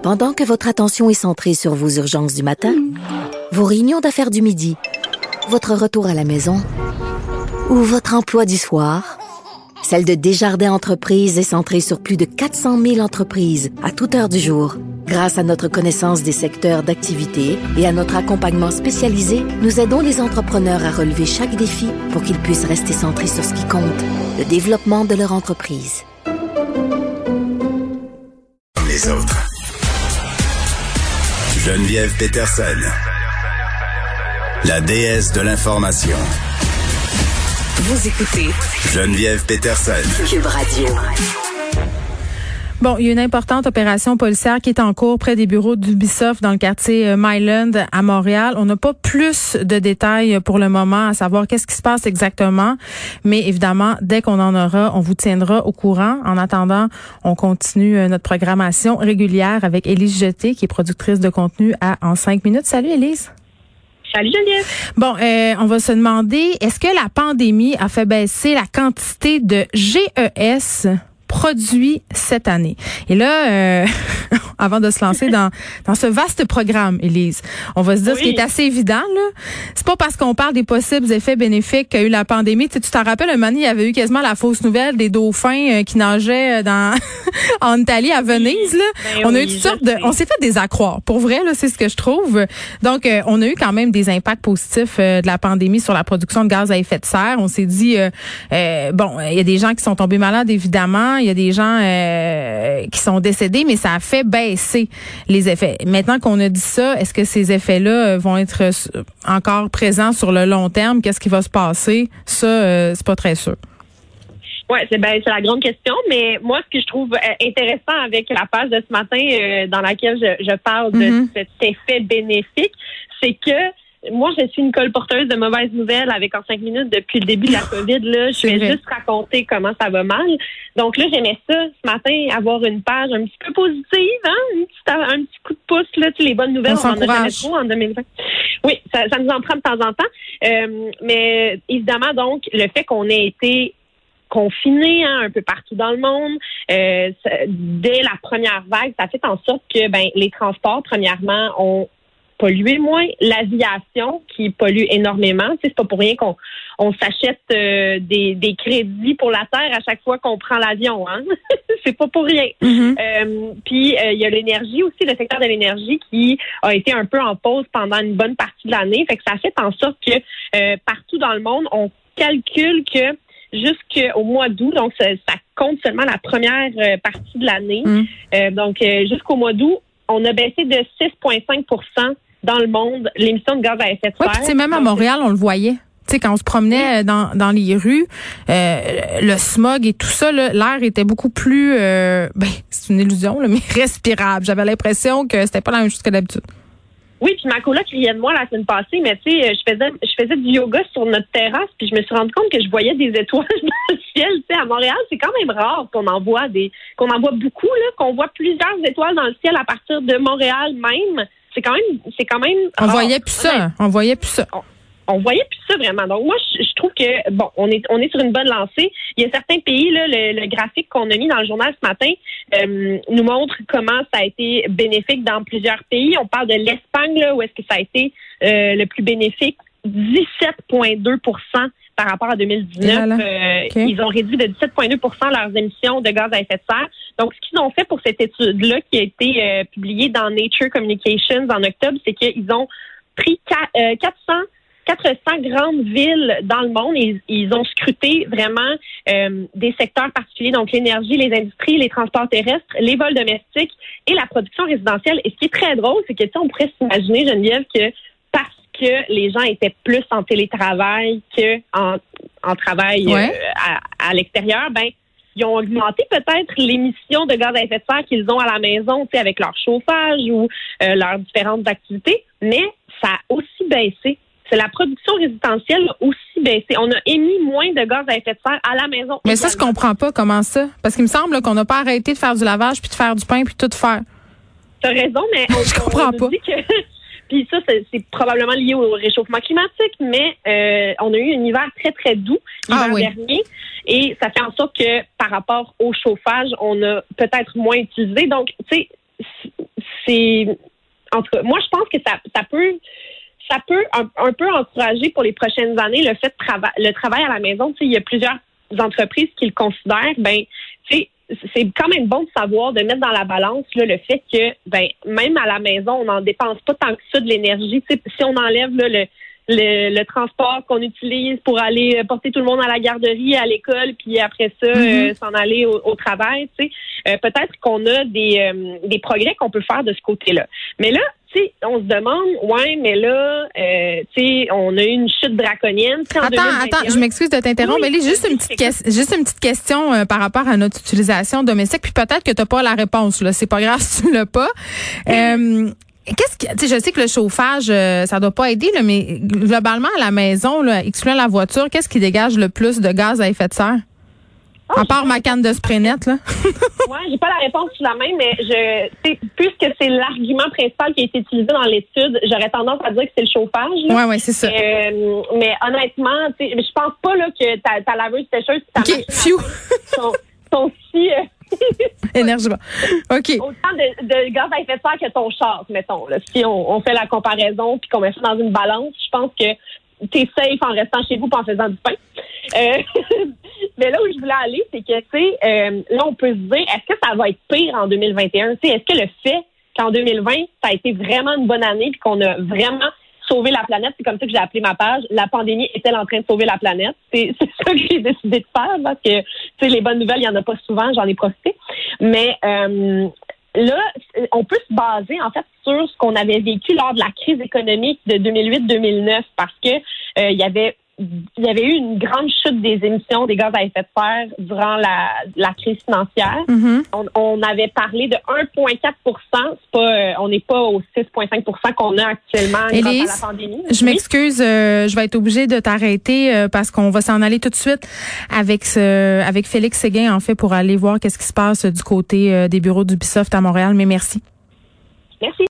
Pendant que votre attention est centrée sur vos urgences du matin, vos réunions d'affaires du midi, votre retour à la maison ou votre emploi du soir, celle de Desjardins Entreprises est centrée sur plus de 400 000 entreprises à toute heure du jour. Grâce à notre connaissance des secteurs d'activité et à notre accompagnement spécialisé, nous aidons les entrepreneurs à relever chaque défi pour qu'ils puissent rester centrés sur ce qui compte, le développement de leur entreprise. Les autres. Geneviève Peterson, la déesse de l'information. Vous écoutez Geneviève Peterson, Cube Radio. Bon, il y a une importante opération policière qui est en cours près des bureaux d'Ubisoft dans le quartier Myland à Montréal. On n'a pas plus de détails pour le moment, à savoir qu'est-ce qui se passe exactement. Mais évidemment, dès qu'on en aura, on vous tiendra au courant. En attendant, on continue notre programmation régulière avec Élise Jeté, qui est productrice de contenu En 5 minutes. Salut Élise. Salut Geneviève. Bon, on va se demander, est-ce que la pandémie a fait baisser la quantité de GES produits cette année? Et là, avant de se lancer dans ce vaste programme, Élise, on va se dire ce qui est assez évident, là. C'est pas parce qu'on parle des possibles effets bénéfiques qu'a eu la pandémie. Tu t'en rappelles, un moment donné, il y avait eu quasiment la fausse nouvelle des dauphins qui nageaient en Italie, à Venise, là. On a eu toutes sortes on s'est fait des accroires. Pour vrai, là, c'est ce que je trouve. Donc, on a eu quand même des impacts positifs de la pandémie sur la production de gaz à effet de serre. On s'est dit, bon, il y a des gens qui sont tombés malades, évidemment. Il y a des gens qui sont décédés, mais ça a fait baisser les effets. Maintenant qu'on a dit ça, est-ce que ces effets-là vont être encore présents sur le long terme? Qu'est-ce qui va se passer? Ça, c'est pas très sûr. Oui, c'est la grande question, mais moi, ce que je trouve intéressant avec la page de ce matin dans laquelle je parle de cet effet bénéfique, c'est que moi, je suis une colporteuse de mauvaises nouvelles avec En 5 minutes depuis le début de la COVID. Là, je vais juste raconter comment ça va mal. Donc là, j'aimais ça ce matin, avoir une page un petit peu positive, hein, un petit coup de pouce là, les bonnes nouvelles, on en a jamais trop en 2020. Oui, ça nous en prend de temps en temps. Mais évidemment, donc, le fait qu'on ait été confinés un peu partout dans le monde, dès la première vague, ça fait en sorte que les transports, premièrement, ont polluer moins, l'aviation qui pollue énormément. Tu sais, c'est pas pour rien qu'on s'achète des crédits pour la Terre à chaque fois qu'on prend l'avion. Hein? C'est pas pour rien. Puis il y a l'énergie aussi, le secteur de l'énergie qui a été un peu en pause pendant une bonne partie de l'année. Fait que ça fait en sorte que partout dans le monde, on calcule que jusqu'au mois d'août, donc ça compte seulement la première partie de l'année. Donc jusqu'au mois d'août, on a baissé de 6,5% dans le monde l'émission de gaz à effet de serre. Ouais, puis même à Montréal, on le voyait. Tu sais, quand on se promenait dans les rues, le smog et tout ça, là, l'air était beaucoup plus, c'est une illusion, là, mais respirable. J'avais l'impression que c'était pas la même chose que d'habitude. Oui, puis ma coloc riait de moi la semaine passée, mais tu sais, je faisais du yoga sur notre terrasse, puis je me suis rendu compte que je voyais des étoiles dans le ciel. Tu sais, à Montréal, c'est quand même rare qu'on en voit beaucoup, là, qu'on voit plusieurs étoiles dans le ciel à partir de Montréal même. C'est quand même. On voyait plus ça. On voyait plus ça vraiment. Donc moi, je trouve que on est sur une bonne lancée. Il y a certains pays là, le graphique qu'on a mis dans le journal ce matin nous montre comment ça a été bénéfique dans plusieurs pays. On parle de l'Espagne là où est-ce que ça a été le plus bénéfique, 17,2% par rapport à 2019. Okay. Ils ont réduit de 17,2% leurs émissions de gaz à effet de serre. Donc, ce qu'ils ont fait pour cette étude-là qui a été publiée dans Nature Communications en octobre, c'est qu'ils ont pris 400 grandes villes dans le monde et ils ont scruté vraiment des secteurs particuliers, donc l'énergie, les industries, les transports terrestres, les vols domestiques et la production résidentielle. Et ce qui est très drôle, c'est que on pourrait s'imaginer, Geneviève, que parce que les gens étaient plus en télétravail qu'en travail à l'extérieur, ils ont augmenté peut-être l'émission de gaz à effet de serre qu'ils ont à la maison, tu sais, avec leur chauffage ou leurs différentes activités, mais ça a aussi baissé. C'est la production résidentielle aussi baissé. On a émis moins de gaz à effet de serre à la maison. Mais ça, je comprends pas comment ça. Parce qu'il me semble qu'on n'a pas arrêté de faire du lavage, puis de faire du pain, puis tout faire. T'as raison, mais je comprends pas. Dit que puis ça, c'est probablement lié au réchauffement climatique, mais on a eu un hiver très, très doux l'hiver dernier. Et ça fait en sorte que par rapport au chauffage, on a peut-être moins utilisé. Donc, tu sais, en tout cas, moi, je pense que ça peut un peu encourager pour les prochaines années le fait de le travail à la maison. Tu sais, il y a plusieurs entreprises qui le considèrent. Ben, tu sais, c'est quand même bon de savoir, de mettre dans la balance là, le fait que, ben, même à la maison, on n'en dépense pas tant que ça de l'énergie. Tu sais, si on enlève là, le transport qu'on utilise pour aller porter tout le monde à la garderie, à l'école, puis après ça, s'en aller au travail, tu sais, peut-être qu'on a des progrès qu'on peut faire de ce côté-là. Mais là, tu sais, on se demande, ouais, mais là, tu sais, on a eu une chute draconienne. Attends, je m'excuse de t'interrompre, mais juste une petite question par rapport à notre utilisation domestique, puis peut-être que t'as pas la réponse, là. C'est pas grave si tu l'as pas. Qu'est-ce que, tu sais, je sais que le chauffage, ça doit pas aider, là, mais globalement, à la maison, là, excluant la voiture, qu'est-ce qui dégage le plus de gaz à effet de serre? À part ma canne de spray net, là. Ouais, j'ai pas la réponse sous la main, mais puisque c'est l'argument principal qui a été utilisé dans l'étude, j'aurais tendance à dire que c'est le chauffage, là. Ouais, c'est ça. Mais honnêtement, tu sais, je pense pas, là, que ta laveuse sécheuse, ta machine sont si, énergivore. OK. Autant de gaz à effet de serre que ton char, mettons. Là. Si on fait la comparaison puis qu'on met ça dans une balance, je pense que t'es safe en restant chez vous et en faisant du pain. Mais là où je voulais aller, c'est que, tu sais, là, on peut se dire, est-ce que ça va être pire en 2021? Tu sais, est-ce que le fait qu'en 2020, ça a été vraiment une bonne année puis qu'on a vraiment sauvé la planète, c'est comme ça que j'ai appelé ma page, la pandémie est-elle en train de sauver la planète? C'est ça que j'ai décidé de faire parce que, tu sais, les bonnes nouvelles, il y en a pas souvent, j'en ai profité. Mais là, on peut se baser, en fait, sur ce qu'on avait vécu lors de la crise économique de 2008-2009 parce que il y avait eu une grande chute des émissions des gaz à effet de serre durant la crise financière. On avait parlé de 1,4 c'est pas, on n'est pas au 6,5 qu'on a actuellement Élise, grâce à la pandémie. Je m'excuse, je vais être obligée de t'arrêter parce qu'on va s'en aller tout de suite avec Félix Séguin, en fait, pour aller voir qu'est-ce qui se passe du côté des bureaux d'Ubisoft à Montréal. Mais merci. Merci.